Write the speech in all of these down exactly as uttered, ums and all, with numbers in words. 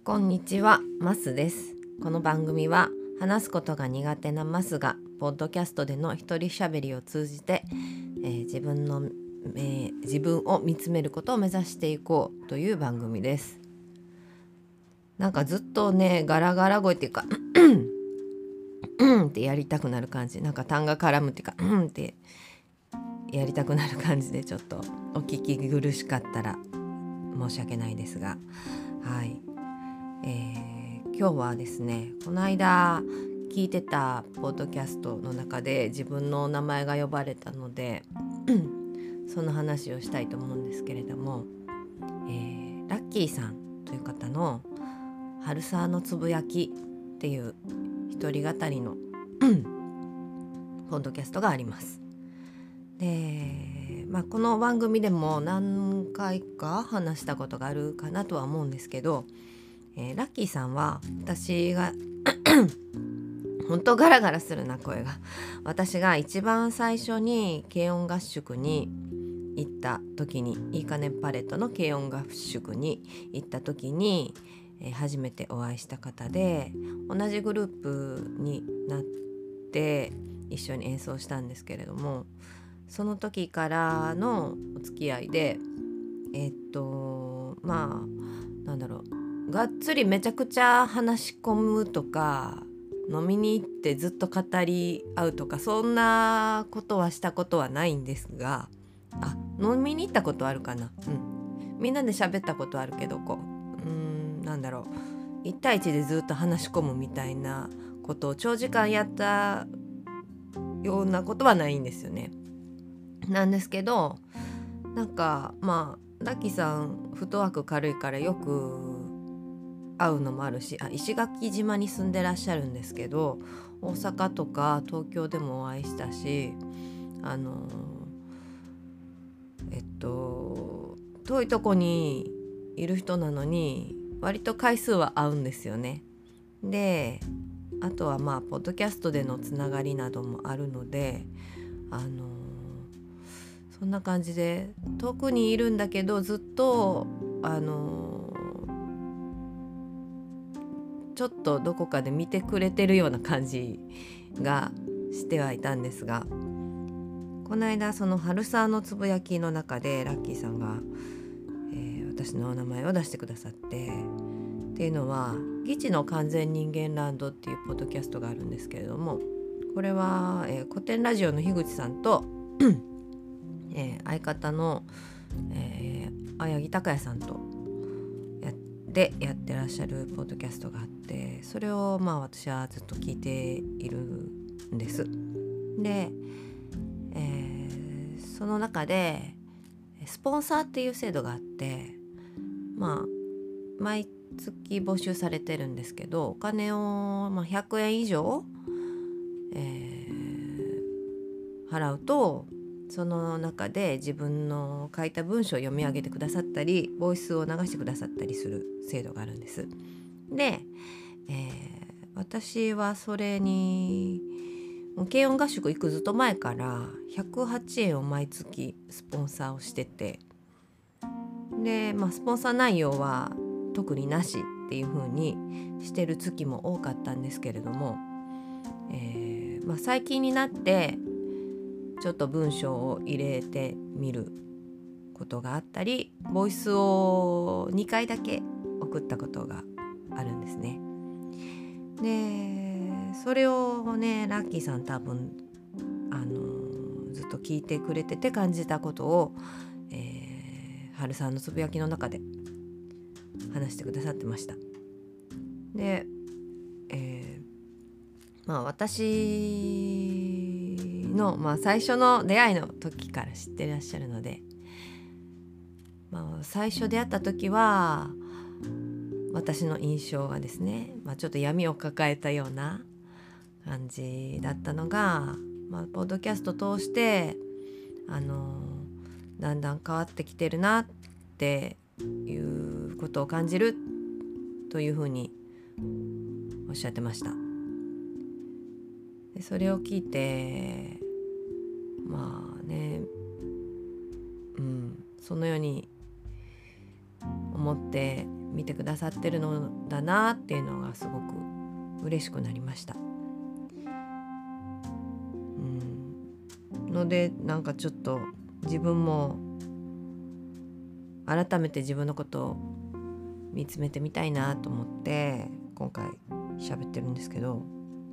こんにちは、マスです。この番組は話すことが苦手なマスがポッドキャストでの一人喋りを通じて、えー、自分の、えー、自分を見つめることを目指していこうという番組です。なんかずっとねガラガラ声っていうかうんってやりたくなる感じ、なんか痰が絡むっていうかうんってやりたくなる感じで、ちょっとお聞き苦しかったら申し訳ないですが、はい、えー、今日はですね、この間聞いてたポッドキャストの中で自分の名前が呼ばれたのでその話をしたいと思うんですけれども、えー、ラッキーさんという方の春沢のつぶやきっていう一人語りのポッドキャストがあります。で、まあ、この番組でも何回か話したことがあるかなとは思うんですけど、えー、ラッキーさんは私が本当ガラガラするな声が私が一番最初に軽音合宿に行った時に、いいかねパレットの軽音合宿に行った時に、えー、初めてお会いした方で、同じグループになって一緒に演奏したんですけれども、その時からのお付き合いで、えー、っとまあなんだろう、がっつりめちゃくちゃ話し込むとか、飲みに行ってずっと語り合うとか、そんなことはしたことはないんですが、あ、飲みに行ったことあるかな、うん、みんなで喋ったことあるけど、こう、うーんなんだろう、いち対いちでずっと話し込むみたいなことを長時間やったようなことはないんですよね。なんですけど、なんかまあラッキーさんフットワーク軽いからよく会うのもあるし、あ、石垣島に住んでらっしゃるんですけど、大阪とか東京でもお会いしたし、あのえっと遠いとこにいる人なのに割と回数は合うんですよね。で、あとはまあポッドキャストでのつながりなどもあるので、あのそんな感じで遠くにいるんだけど、ずっとあのちょっとどこかで見てくれてるような感じがしてはいたんですが、この間その春沢のつぶやきの中でラッキーさんが、えー、私のお名前を出してくださって、っていうのはギチの完全人間ランドっていうポッドキャストがあるんですけれども、これは、えー、古典ラジオの樋口さんと、えー、相方の、えー、綾木隆也さんとやってやってらっしゃるポッドキャストがあって、それをまあ私はずっと聞いているんです。で、えー、その中でスポンサーっていう制度があって、まあ毎月募集されてるんですけど、お金を、まあ、ひゃくえん以上、えー、払うと、その中で自分の書いた文章を読み上げてくださったり、ボイスを流してくださったりする制度があるんです。で、えー、私はそれに軽音合宿行くずっと前からひゃくはちえんを毎月スポンサーをしてて、で、まあ、スポンサー内容は特になしっていう風にしてる月も多かったんですけれども、えーまあ、最近になってちょっと文章を入れてみることがあったり、ボイスをにかいだけ送ったことがあるんですね。で、それをねラッキーさん多分あのずっと聞いてくれてて感じたことを、えー、春さんのつぶやきの中で話してくださってました。で、えー、まあ私の、まあ、最初の出会いの時から知ってらっしゃるので、まあ、最初出会った時は私の印象がですね、まあ、ちょっと闇を抱えたような感じだったのが、まあ、ポッドキャスト通してあのだんだん変わってきてるなっていうことを感じるというふうにおっしゃってました。で、それを聞いて、まあね、うん、そのように思って見てくださってるのだなっていうのがすごく嬉しくなりました。うん、のでなんかちょっと自分も改めて自分のことを見つめてみたいなと思って今回喋ってるんですけど、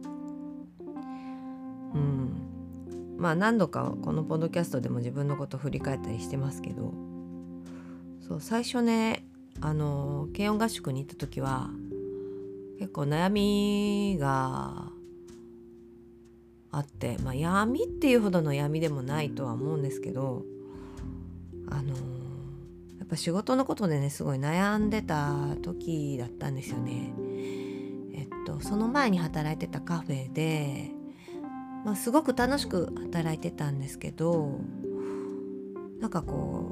うん、まあ何度かこのポッドキャストでも自分のことを振り返ったりしてますけど、そう最初ねあの軽音合宿に行った時は結構悩みがあって、まあ闇っていうほどの闇でもないとは思うんですけど、あのやっぱ仕事のことでねすごい悩んでた時だったんですよね。えっとその前に働いてたカフェで、まあ、すごく楽しく働いてたんですけど、なんかこ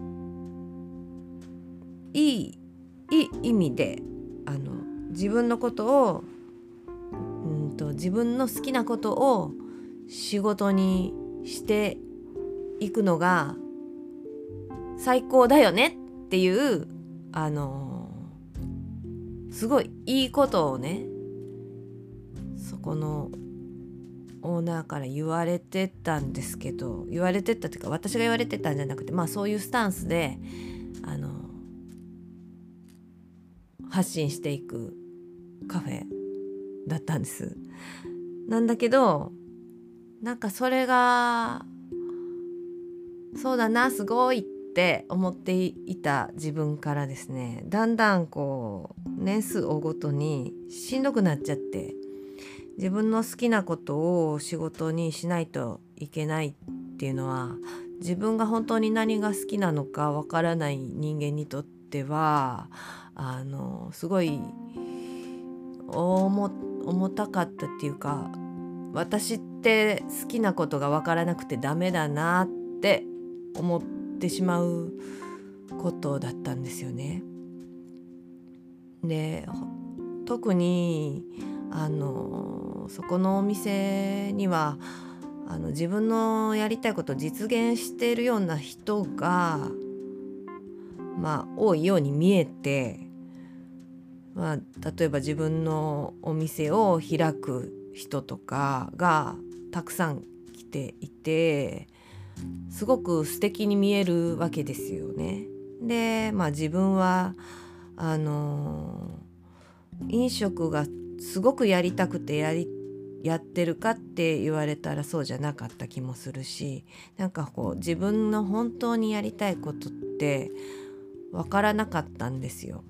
ういいいい意味であの自分のことをうんと自分の好きなことを仕事にしていくのが最高だよねっていうあのすごいいいことをねそこのオーナーから言われてたんですけど、言われてたっていうか私が言われてたんじゃなくて、まあそういうスタンスであの発信していくカフェだったんです。なんだけどなんかそれがそうだなすごいって思っていた自分からですね、だんだんこう年数を追うごとにしんどくなっちゃって、自分の好きなことを仕事にしないといけないっていうのは自分が本当に何が好きなのかわからない人間にとってはあのすごい重、重たかったっていうか、私って好きなことがわからなくてダメだなって思ってしまうことだったんですよね。で特にあのそこのお店にはあの自分のやりたいことを実現しているような人がまあ多いように見えて、まあ、例えば自分のお店を開く人とかがたくさん来ていてすごく素敵に見えるわけですよね。で、まあ自分はあの飲食がすごくやりたくてやりやってるかって言われたらそうじゃなかった気もするし、なんかこう自分の本当にやりたいことって分からなかったんですよ。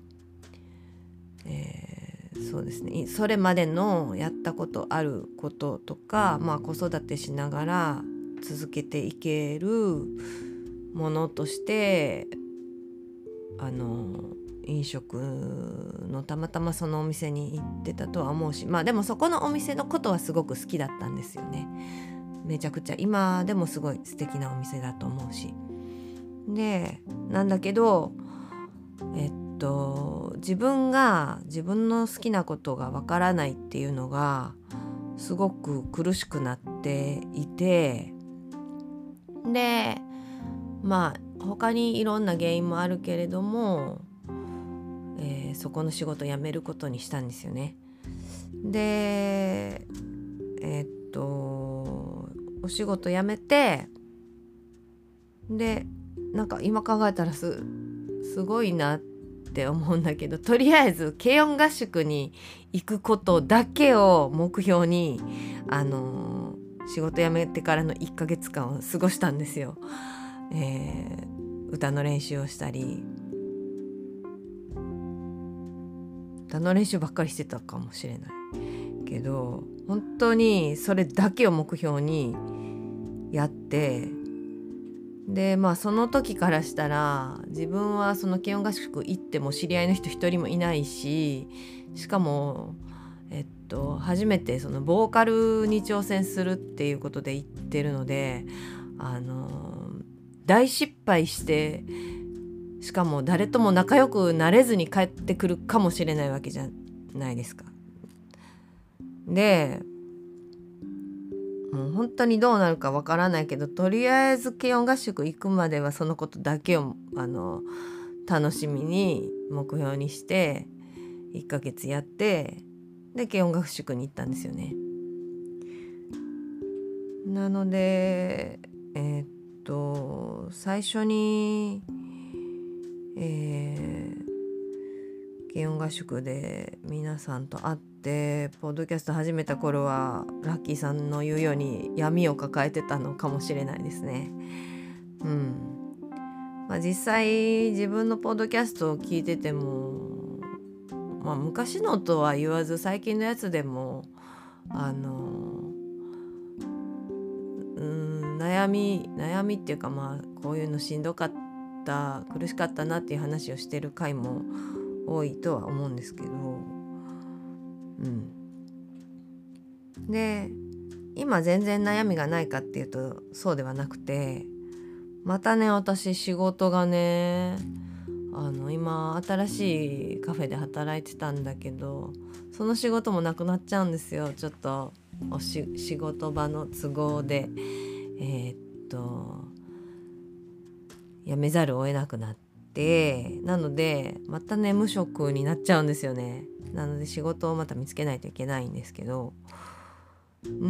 えー、そうですね、それまでのやったことあることとか、まあ、子育てしながら続けていけるものとしてあの飲食のたまたまそのお店に行ってたとは思うし、まあでもそこのお店のことはすごく好きだったんですよね。めちゃくちゃ今でもすごい素敵なお店だと思うし、でなんだけどえっと自分が自分の好きなことがわからないっていうのがすごく苦しくなっていて、でまあ他にいろんな原因もあるけれども、えー、そこの仕事を辞めることにしたんですよね。でえー、っとお仕事辞めて、でなんか今考えたらすすごいなって思うんだけど、とりあえず軽音合宿に行くことだけを目標にあのー、仕事辞めてからのいっかげつかんを過ごしたんですよ。えー、歌の練習をしたり歌の練習ばっかりしてたかもしれないけど、本当にそれだけを目標にやって、でまあその時からしたら自分はその軽音合宿行っても知り合いの人一人もいないし、しかもえっと初めてそのボーカルに挑戦するっていうことで行ってるので、あの大失敗して、しかも誰とも仲良くなれずに帰ってくるかもしれないわけじゃないですか。でもう本当にどうなるかわからないけど、とりあえず軽音合宿行くまではそのことだけをあの楽しみに目標にしていっかげつやって、で軽音楽宿に行ったんですよね。なのでえーっと最初に、えー、軽音合宿で皆さんと会ってポッドキャスト始めた頃はラッキーさんの言うように闇を抱えてたのかもしれないですね。うん、まあ、実際自分のポッドキャストを聞いてても、まあ、昔のとは言わず最近のやつでもあのうん悩み悩みっていうか、まあこういうのしんどかった苦しかったなっていう話をしてる回も多いとは思うんですけど、うん、で今全然悩みがないかっていうとそうではなくて、またね私仕事がねあの今新しいカフェで働いてたんだけど、その仕事もなくなっちゃうんですよ。ちょっとおし仕事場の都合でえー、っと辞めざるを得なくなって、なのでまたね無職になっちゃうんですよね。なので仕事をまた見つけないといけないんですけど、うー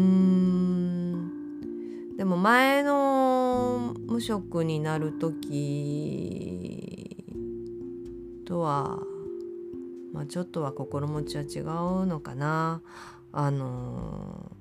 んでも前の無職になる時とは、まあ、ちょっとは心持ちは違うのかな。あの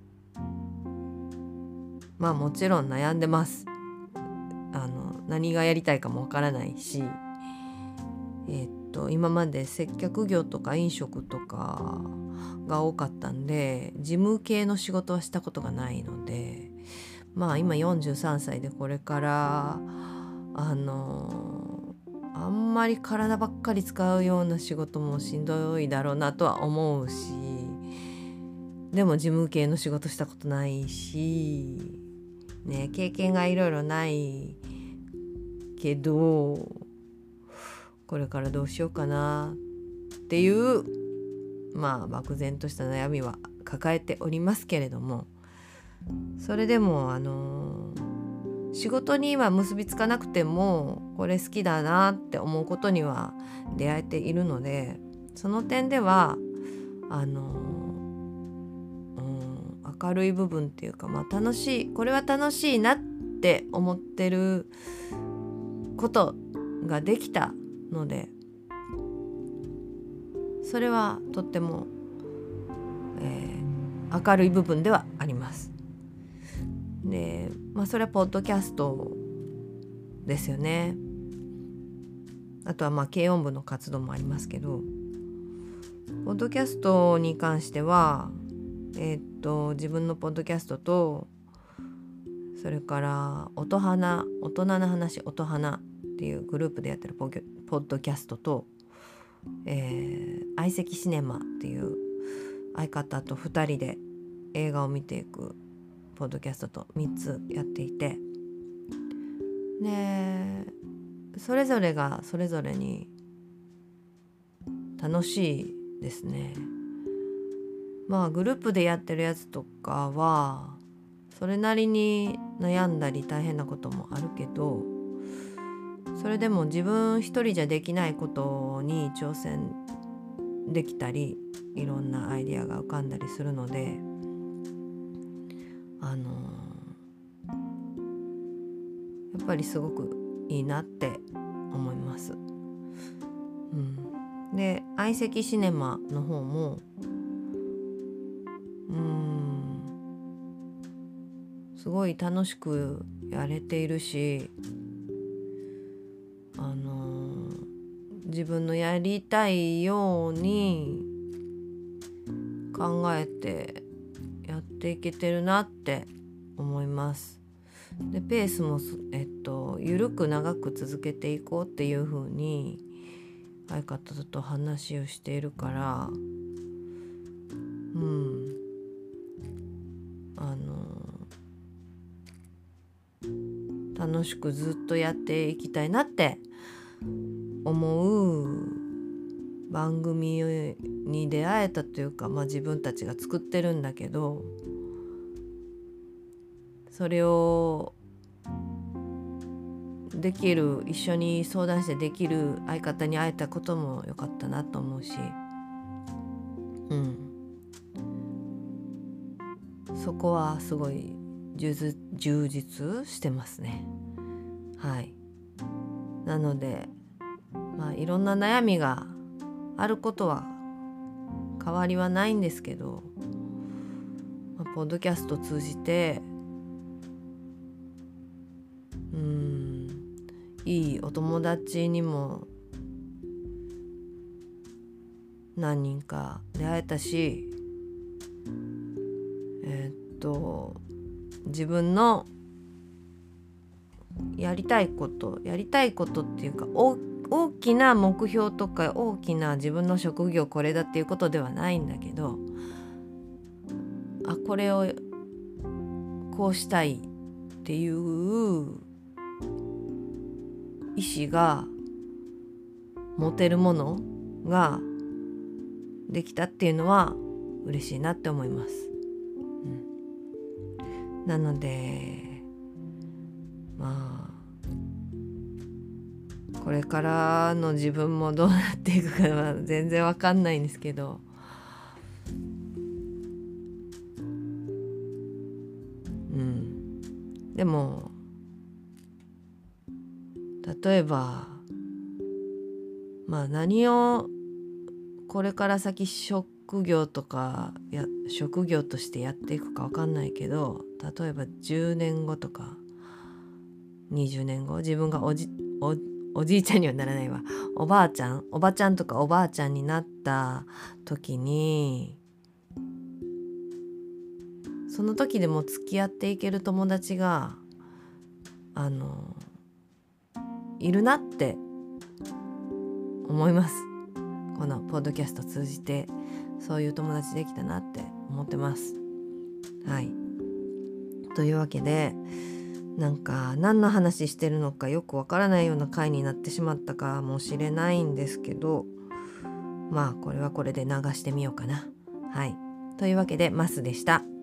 まあもちろん悩んでます。あの何がやりたいかもわからないし、えー、っと今まで接客業とか飲食とかが多かったんで事務系の仕事はしたことがないので、まあ今よんじゅうさんさいでこれからあのあんまり体ばっかり使うような仕事もしんどいだろうなとは思うし、でも事務系の仕事したことないしね、経験がいろいろないけどこれからどうしようかなっていうまあ漠然とした悩みは抱えておりますけれども、それでもあの仕事には結びつかなくてもこれ好きだなって思うことには出会えているので、その点ではあの、うん、明るい部分っていうか、まあ楽しいこれは楽しいなって思ってることができたので、それはとっても、えー、明るい部分ではあります。で、まあそれはポッドキャストですよね。あとはまあ軽音部の活動もありますけど、ポッドキャストに関してはえー、っと自分のポッドキャストと、それから音花大人の話音花っていうグループでやってるポッドキャストと、えー、相席シネマっていう相方とふたりで映画を見ていくポッドキャストとみっつやっていて、でそれぞれがそれぞれに楽しいですね。まあグループでやってるやつとかはそれなりに悩んだり大変なこともあるけど、それでも自分一人じゃできないことに挑戦できたり、いろんなアイデアが浮かんだりするので、あのー、やっぱりすごくいいなって思います。うん、で相席シネマの方もうーんすごい楽しくやれているし、あのー、自分のやりたいように考えてやっていけてるなって思います。でペースも、えっと、緩く長く続けていこうっていう風に相方と話をしているから、うんあの楽しくずっとやっていきたいなって思う番組に出会えたというか、まあ自分たちが作ってるんだけど、それをできる一緒に相談してできる相方に会えたことも良かったなと思うし、 うん、そこはすごい充実、充実してますね。はい。なのでまあいろんな悩みがあることは変わりはないんですけど、まあ、ポッドキャスト通じてうーんいいお友達にも何人か出会えたし、えーっと自分のやりたいことやりたいことっていうか大大きな目標とか大きな自分の職業これだっていうことではないんだけど、あこれをこうしたいっていう意志が持てるものができたっていうのは嬉しいなって思います、うん、なのでまあこれからの自分もどうなっていくかは全然わかんないんですけど、うんでも例えばまあ何をこれから先職業とかや職業としてやっていくか分かんないけど、例えばじゅうねんごとかにじゅうねんご自分がおじ お, おじいちゃんにはならないわおばあちゃんおばちゃんとかおばあちゃんになった時にその時でも付き合っていける友達があのいるなって思います。このポッドキャスト通じてそういう友達できたなって思ってます。はい。というわけでなんか何の話してるのかよくわからないような回になってしまったかもしれないんですけど、まあこれはこれで流してみようかな。はい。というわけでマスでした。